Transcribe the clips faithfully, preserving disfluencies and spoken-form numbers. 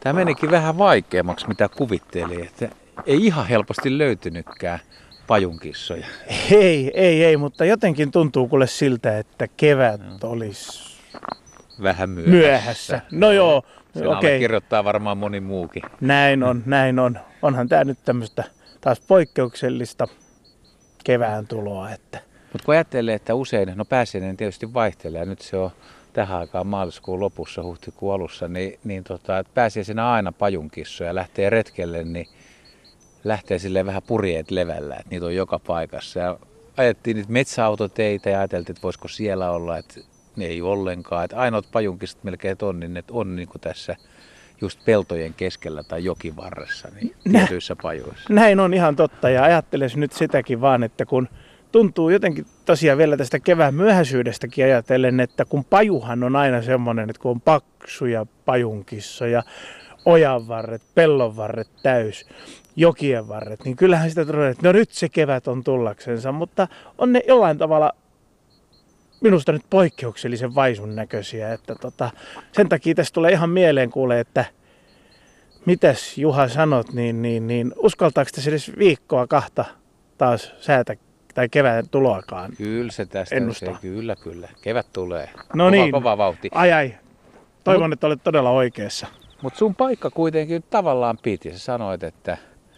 Tämä menikin vähän vaikeammaksi, mitä kuvittelin, että ei ihan helposti löytynytkään pajunkissoja. Ei, ei, ei, mutta jotenkin tuntuu kuule siltä, että kevät no. olisi vähän myöhässä. myöhässä. No joo, Sen okei. alle kirjoittaa varmaan moni muukin. Näin on, näin on. Onhan tämä nyt tämmöistä taas poikkeuksellista kevään tuloa. Että. Mutta kun ajattelee, että usein, no pääsiäinen tietysti vaihtelee, ja nyt se on tähän aikaan maaliskuun lopussa, huhtikuun alussa, niin, niin tota, että pääsiäisenä aina pajunkissoja lähtee retkelle, niin lähtee silleen vähän purjeet levällä, että niitä on joka paikassa. Ja ajettiin niitä metsäautoteitä ja ajateltiin, että voisiko siellä olla, että ne ei ollenkaan. Että ainoat pajunkissat melkein on, niin ne on niin kuin tässä just peltojen keskellä tai jokivarressa, niin tietyissä pajuissa. Näin on ihan totta, ja ajattelisin nyt sitäkin vaan, että kun tuntuu jotenkin tosiaan vielä tästä kevään myöhäisyydestäkin ajatellen, että kun pajuhan on aina semmoinen, että kun on paksuja pajunkissoja, ojanvarret, pellonvarret täys, jokien varret, niin kyllähän sitä tulee, että no nyt se kevät on tullaksensa, mutta on ne jollain tavalla minusta nyt poikkeuksellisen vaisun näköisiä, että tota, sen takia tässä tulee ihan mieleen kuule, että mitäs Juha sanot, niin, niin, niin uskaltaako tässä edes viikkoa kahta taas säätä tai kevään tuloakaan Kyllä se tästä ennustaa. Se, kyllä, kyllä. Kevät tulee. No kova, niin. kova vauhti. Ai ai. Toivon, Mut, että olet todella oikeassa. Mutta sun paikka kuitenkin tavallaan piti. Sä sanoit, että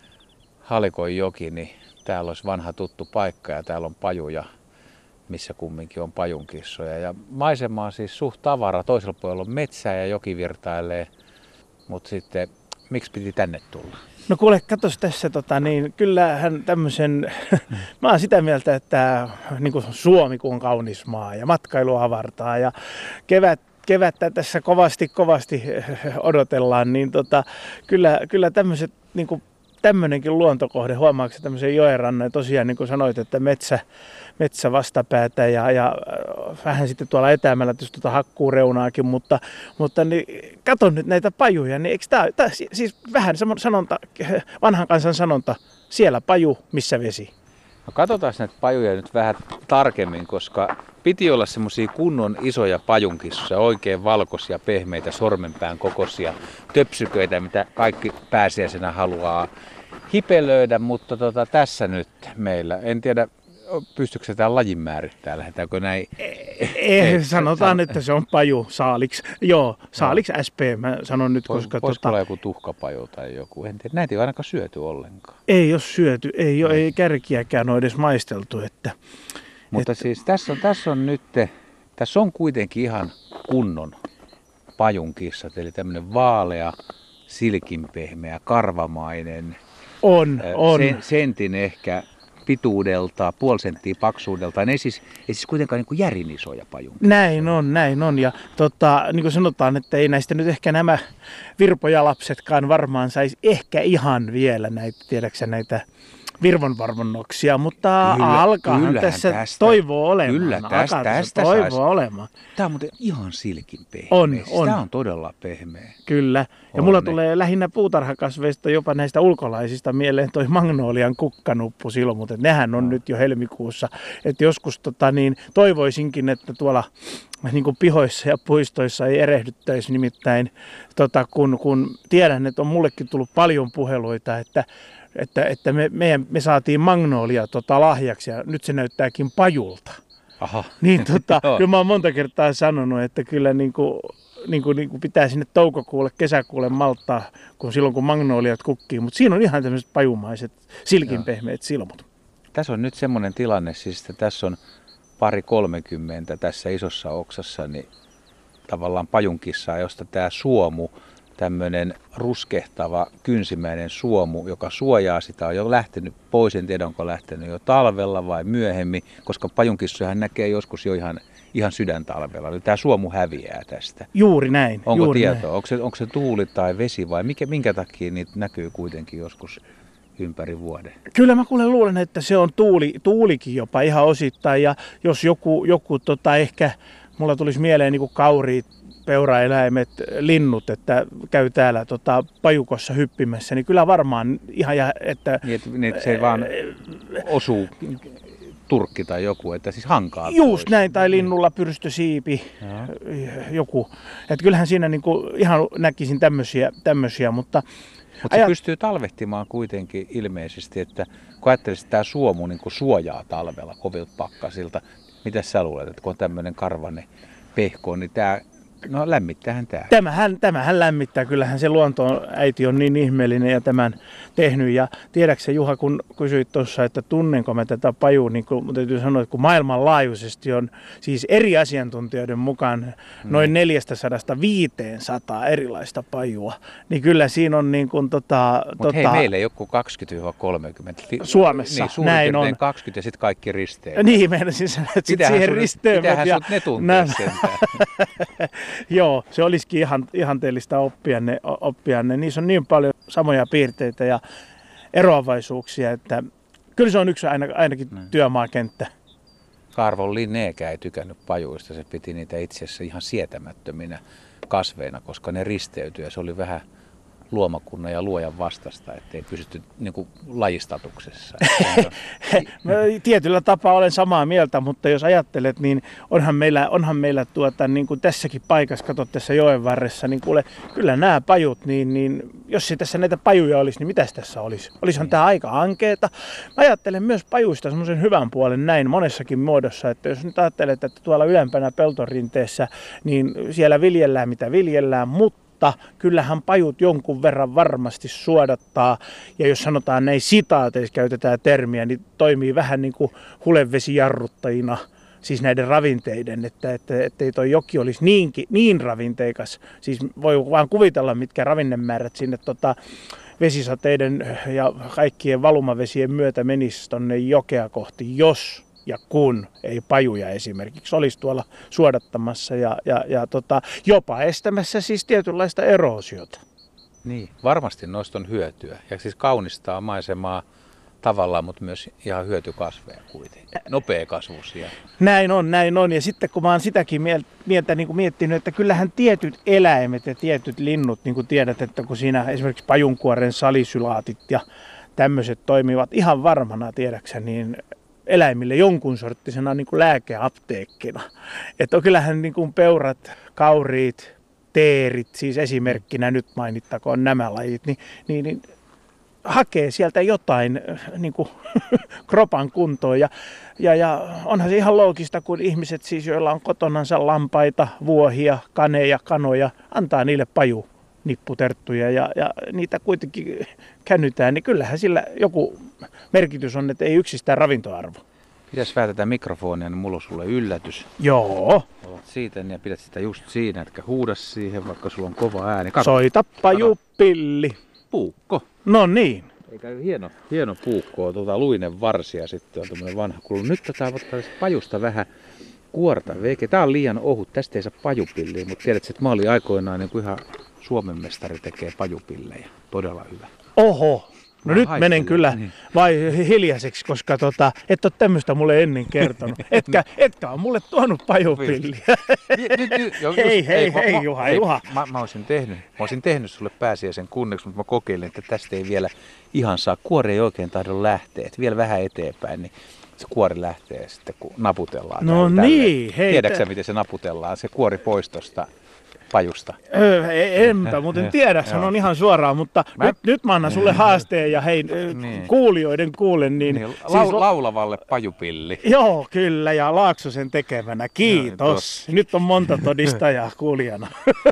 Halikonjoki, niin täällä olisi vanha tuttu paikka ja täällä on pajuja, missä kumminkin on pajunkissoja. Ja maisema on siis suht tavara. Toisella puolella on metsää ja joki virtailee. Mutta sitten miksi piti tänne tulla? No kuule, katos tässä, tota, niin kyllähän tämmöisen, mä oon sitä mieltä, että niin kuin Suomi kun on kaunis maa ja matkailu avartaa ja kevät, kevättä tässä kovasti kovasti odotellaan, niin tota, kyllä, kyllä tämmöiset niin kuin tämmöinenkin luontokohde, huomaatko tämmöisen joenrannan, tosiaan niin kuin sanoit, että metsä, metsä vastapäätä ja, ja vähän sitten tuolla etäämällä tietysti tuota hakkuureunaakin, mutta, mutta niin, katon nyt näitä pajuja, niin eikö tämä, tämä siis vähän sanonta, vanhan kansan sanonta, siellä paju, missä vesi? No katsotaan näitä pajuja nyt vähän tarkemmin, koska piti olla semmoisia kunnon isoja pajunkissoja, oikein valkoisia, pehmeitä, sormenpään kokoisia töpsyköitä, mitä kaikki pääsiäisenä haluaa hipelöidä, mutta tota, tässä nyt meillä, en tiedä, pystyykö se tämä lajin määrittää, lähdetäänkö näin? Eh, sanotaan, että se on paju saaliksi. Joo, saaliksi S P, mä sanon nyt, koska... Voisiko tota, olla joku tuhkapaju tai joku, en tiedä, näitä ei ole ainakaan syöty ollenkaan. Ei ole syöty, ei, ole, ei kärkiäkään ole edes maisteltu, että... Mutta että, siis tässä on, tässä on nyt, tässä on kuitenkin ihan kunnon pajunkissat, eli tämmöinen vaalea, silkinpehmeä, karvamainen, on, on. Sen, sentin ehkä pituudelta, puoli senttiä paksuudelta. Ne ei siis, ei siis kuitenkaan niin kuin järin isoja pajunkissoja. Näin on, näin on. Ja tota, niin kuin sanotaan, että ei näistä nyt ehkä nämä virpojalapsetkaan varmaan saisi ehkä ihan vielä näitä, tiedäksä, näitä virvonvarvonnoksia, mutta Kyllä, alkaahan tässä tästä, toivoa olemaan. Kyllä, tästä, tästä toivoa sais. olemaan. Tämä on muuten ihan silkin pehmeä. On, on. Tämä on todella pehmeä. Kyllä. Ja On mulla ne. tulee lähinnä puutarhakasveista jopa näistä ulkolaisista mieleen toi magnolian kukkanuppusilmut. Et nehän on No. nyt jo helmikuussa. Et joskus tota, niin, toivoisinkin, että tuolla niin kuin pihoissa ja puistoissa ei erehdyttäisi. Nimittäin tota, kun, kun tiedän, että on mullekin tullut paljon puheluita, että Että, että me, meidän, me saatiin magnolia tota, lahjaksi ja nyt se näyttääkin pajulta. Aha. Niin tota, Joo. kyllä mä oon monta kertaa sanonut, että kyllä niin kuin, niin kuin, niin kuin pitää sinne toukokuulle, kesäkuulle malttaa, kun silloin kun magnoliat kukkii. Mutta siinä on ihan tämmöiset pajumaiset, silkinpehmeät silmut. Tässä on nyt semmoinen tilanne, siis että tässä on pari kolmekymmentä tässä isossa oksassa, niin tavallaan pajunkissaa, josta tämä suomu, tämmöinen ruskehtava kynsimäinen suomu, joka suojaa sitä, on jo lähtenyt pois. En tiedä, onko lähtenyt jo talvella vai myöhemmin, koska pajunkissojahan näkee joskus jo ihan, ihan sydäntalvella. Eli tämä suomu häviää tästä. Juuri näin. Onko juuri tietoa? Näin. Onko se, onko se tuuli tai vesi vai mikä, minkä takia niitä näkyy kuitenkin joskus ympäri vuoden? Kyllä mä kuulen luulen, että se on tuuli, tuulikin jopa ihan osittain. Ja jos joku, joku tota, ehkä, mulla tulisi mieleen niin kuin kauriit, peuraeläimet, linnut, että käy täällä tota, pajukossa hyppimässä, niin kyllä varmaan ihan, että... Niin, että, niin, että se vaan osuu turkki tai joku, että siis hankaa Just pois. näin, tai linnulla pyrstösiipi, Joo. joku. Että kyllähän siinä niinku ihan näkisin tämmöisiä, tämmöisiä mutta... Mutta se pystyy talvehtimaan kuitenkin ilmeisesti, että kun ajattelisit, että tämä suomu niin suojaa talvella kovilta pakkasilta, mitä sä luulet, että kun on tämmöinen karvanen pehko, niin tämä, no lämmittäähän tämä. Tämähän, tämähän lämmittää, kyllähän se luontoäiti on niin ihmeellinen ja tämän tehnyt. Ja tiedätkö Juha, kun kysyit tuossa, että tunnenko mä tätä pajua, niin kun, täytyy sanoa, että kun maailmanlaajuisesti on siis eri asiantuntijoiden mukaan noin neljästäsadasta viiteensataan erilaista pajua, niin kyllä siinä on niin kuin tota... Mutta tota, hei, meillä joku kaksikymmentä kolmekymmentä. Suomessa, niin, näin on. kaksikymmentä ja sitten kaikki risteet. Niin, meinasin sanoa, että sit siihen risteymät. Pitähän ja sut ne tuntea sentään. Joo, se olisikin ihan, ihanteellista oppia ne, oppia ne. Niissä on niin paljon samoja piirteitä ja eroavaisuuksia, että kyllä se on yksi aina, ainakin Näin. työmaakenttä. Karvon Linneekään ei tykännyt pajuista, se piti niitä itse asiassa ihan sietämättöminä kasveina, koska ne risteytyi ja se oli vähän luomakunnan ja luojan vastasta, ettei pysytty niin kuin lajistatuksessa. Tietyllä tapaa olen samaa mieltä, mutta jos ajattelet, niin onhan meillä, onhan meillä tuota, niin kuin tässäkin paikassa, katsot tässä joen varressa, niin kuule, kyllä nämä pajut, niin, niin jos ei tässä näitä pajuja olisi, niin mitäs tässä olisi? Olisihan tämä aika ankeeta. Mä ajattelen myös pajuista semmoisen hyvän puolen näin monessakin muodossa, että jos nyt ajattelet, että tuolla ylempänä peltorinteessä, niin siellä viljellään mitä viljellään, mutta Mutta kyllähän pajut jonkun verran varmasti suodattaa, ja jos sanotaan näin sitaateissa käytetään termiä, niin toimii vähän niin kuin hulevesijarruttajina, siis näiden ravinteiden, että, että ettei toi joki olisi niinkin, niin ravinteikas. Siis voi vaan kuvitella, mitkä ravinnemäärät sinne tota, vesisateiden ja kaikkien valumavesien myötä menisi tonne jokea kohti, jos ja kun ei pajuja esimerkiksi olisi tuolla suodattamassa ja, ja, ja tota, jopa estämässä siis tietynlaista eroosiota. Niin, varmasti noista on hyötyä. Ja siis kaunistaa maisemaa tavallaan, mutta myös ihan hyötykasveja kuitenkin. Nopea kasvusia. Näin on, näin on. Ja sitten kun mä oon sitäkin mieltä niin kuin miettinyt, että kyllähän tietyt eläimet ja tietyt linnut, niin kuin tiedät, että kun siinä esimerkiksi pajunkuoren salisylaatit ja tämmöiset toimivat ihan varmana, tiedäksä, niin eläimille jonkun sorttisena niin kuin lääkeapteekkina. Että kyllähän niin kuin peurat, kauriit, teerit, siis esimerkkinä nyt mainittakoon nämä lajit, niin, niin, niin hakee sieltä jotain niin kuin kropan kuntoon. Ja, ja, ja onhan se ihan loogista, kun ihmiset siis, joilla on kotonansa lampaita, vuohia, kaneja, kanoja, antaa niille paju nipputerttuja ja, ja niitä kuitenkin kännytään, niin kyllähän sillä joku merkitys on, että ei yksistään ravintoarvo. Pitäis vähän tätä mikrofonia, niin mulla on sulle yllätys. Joo. Olet siitä ja pidät sitä just siinä, etkä huuda siihen, vaikka sulla on kova ääni. Kato. Soita pajupilli. Puukko. No niin. Eikä hieno, hieno puukko on tuota luinen varsi ja sitten on tämmöinen vanha kulu. Nyt tätä ottaa pajusta vähän kuorta veke. Tää on liian ohut, tästä ei saa pajupilliä, mutta tiedätkö, että mä olin aikoinaan niin kuin ihan Suomen mestari tekee pajupillejä. Todella hyvä. Oho. No Mä nyt haistelen, menen kyllä niin. vai hiljaiseksi, koska tota, et ole tämmöistä mulle ennen kertonut. Etkä, etkä ole mulle tuonut pajupilliä. Nyt, nyt, nyt, jo, Hei, just, hei, ei, hei, mä, Juha, hei, Juha. Mä, mä, olisin tehnyt, mä olisin tehnyt sulle pääsiäisen kunneksi, mutta mä kokeilin, että tästä ei vielä ihan saa. Kuori ei oikein tahdo lähteä, että vielä vähän eteenpäin, niin se kuori lähtee sitten, kun naputellaan. No tälle. niin, hei. Tiedätkö sä, tä- miten se naputellaan, se kuori pois tosta pajusta? Öö, e- enpä muuten tiedä, sanon ihan suoraan, mutta Mä- nyt, nyt mä annan sulle haasteen ja hei, Niin. kuulijoiden kuulen, niin... Niin, siis lau, la- laulavalle pajupilli. Joo, kyllä, ja Laaksosen tekemänä. Kiitos. Nyt on monta todistajaa kuulijana.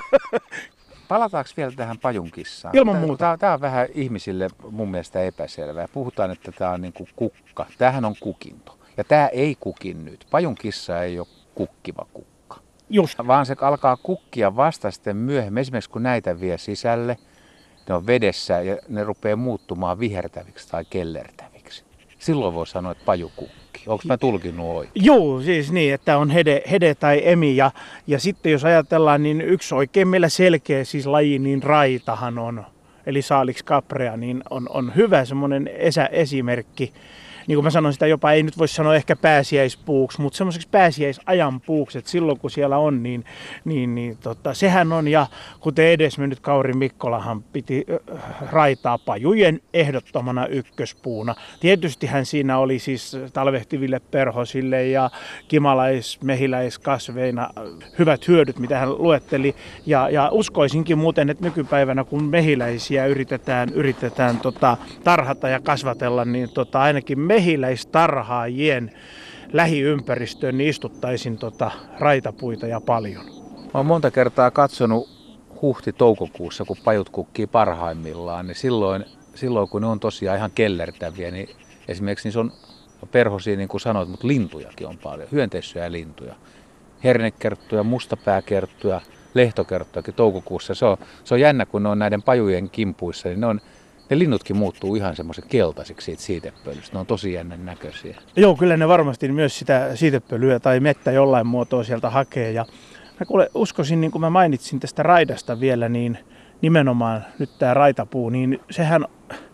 Palataanko vielä tähän pajunkissaan? Ilman Tää- muuta. Tää, tää on vähän ihmisille mun mielestä epäselvää. Puhutaan, että tämä on niinku kukka. Tämähän on kukinto. Ja tämä ei kukin nyt. Pajunkissa ei ole kukkiva kukka. Just. Vaan se alkaa kukkia vasta sitten myöhemmin. Esimerkiksi kun näitä vie sisälle, ne on vedessä ja ne rupeaa muuttumaan vihertäviksi tai kellertäviksi. Silloin voi sanoa, että paju kukki. Onko mä tulkinnut oikein? Joo, siis niin, että on hede, hede tai emi. Ja, ja sitten jos ajatellaan, niin yksi oikein meillä selkeä siis laji, niin raitahan on. Eli Salix caprea, niin on, on hyvä semmoinen esä, esimerkki. niin kuin mä sanoin sitä jopa, ei nyt voi sanoa ehkä pääsiäispuuksi, mutta semmoiseksi pääsiäisajan puuksi, että silloin kun siellä on, niin, niin, niin tota, sehän on, ja kuten edesmennyt Kauri Mikkolahan piti äh, raitaa pajujen ehdottomana ykköspuuna. Tietystihän siinä oli siis talvehtiville perhosille ja kimalais, mehiläiskasveina hyvät hyödyt, mitä hän luetteli, ja, ja uskoisinkin muuten, että nykypäivänä kun mehiläisiä yritetään, yritetään tota, tarhata ja kasvatella, niin tota, ainakin mehiläistarhaajien lähiympäristöön niin istuttaisin tota, raitapuita ja paljon. Mä oon monta kertaa katsonut huhti-toukokuussa, kun pajut kukkii parhaimmillaan, niin silloin, silloin kun ne on tosiaan ihan kellertäviä, niin esimerkiksi niissä on perhosia, niin kuin sanoit, mutta lintujakin on paljon, hyönteissyjä ja lintuja. Hernekerttuja, mustapääkerttuja, lehtokerttujakin toukokuussa. Se on, se on jännä, kun ne on näiden pajujen kimpuissa, niin ne, on, ne linnutkin muuttuu ihan semmoisen keltaisiksi siitä siitepölystä. Ne on tosi jännän näköisiä. Joo, kyllä ne varmasti myös sitä siitepölyä tai mettä jollain muotoa sieltä hakee. Ja mä kuule, uskoisin, niin kuin mä mainitsin tästä raidasta vielä, niin nimenomaan nyt tämä raitapuu, niin sehän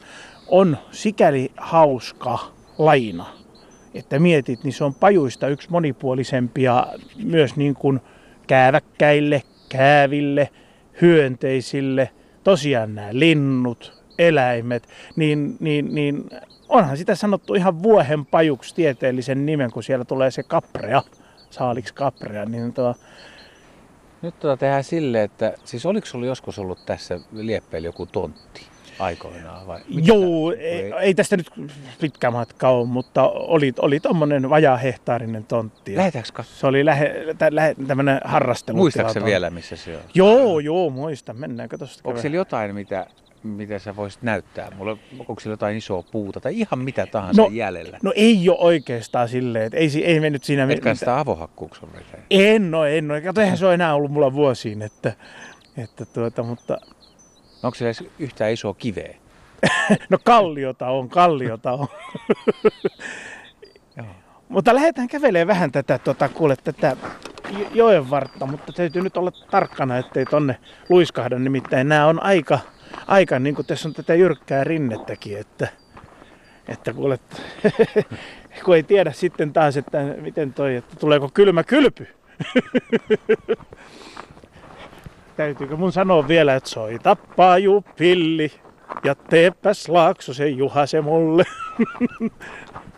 on sikäli hauska lajina, että mietit, niin se on pajuista yksi monipuolisempia myös niin kuin kääväkkäille, kääville, hyönteisille, tosiaan nämä linnut, eläimet, niin, niin, niin onhan sitä sanottu ihan vuohen pajuksi tieteellisen nimen, kun siellä tulee se kaprea, saaliksi kaprea, niin tuo. Nyt tuota tehdään silleen, että siis oliko sulla joskus ollut tässä Lieppeellä joku tontti aikoinaan vai? Joo, ei, ei tästä nyt pitkä matka ole, mutta oli, oli tommonen vajaa hehtaarinen tontti. Lähetäänkö katsomaan? Se oli lähe, tä, lähe, tämmönen harrastelu. Muistatko se vielä, missä se on? Joo, joo, muistan. Mennäänkö tosta? Onko siellä jotain, mitä, mitä sä voisit näyttää mulle? Onko siellä jotain isoa puuta tai ihan mitä tahansa no, jäljellä? No ei ole oikeastaan silleen, että ei, ei mennyt siinä. Etkä sitä avohakkuuksi on vetänyt? En no, en no. Kato, eihän se ole enää ollut mulla vuosiin, että, että tuota, mutta. No onko siellä yhtään isoa kiveä? No kalliota on, kalliota on. Joo. Mutta lähdetään kävelemään vähän tätä, tuota, kuule, tätä joen vartta, mutta täytyy nyt olla tarkkana, ettei tonne luiskahda. Nimittäin nämä on aika, aika niin kuin tässä on tätä jyrkkää rinnettäkin, että, että kuule, kun ei tiedä sitten taas, että miten toi, että tuleeko kylmä kylpy. Täytyykö mun sanoa vielä, että soita paju pilli ja teepäs Laaksosen Juha se mulle.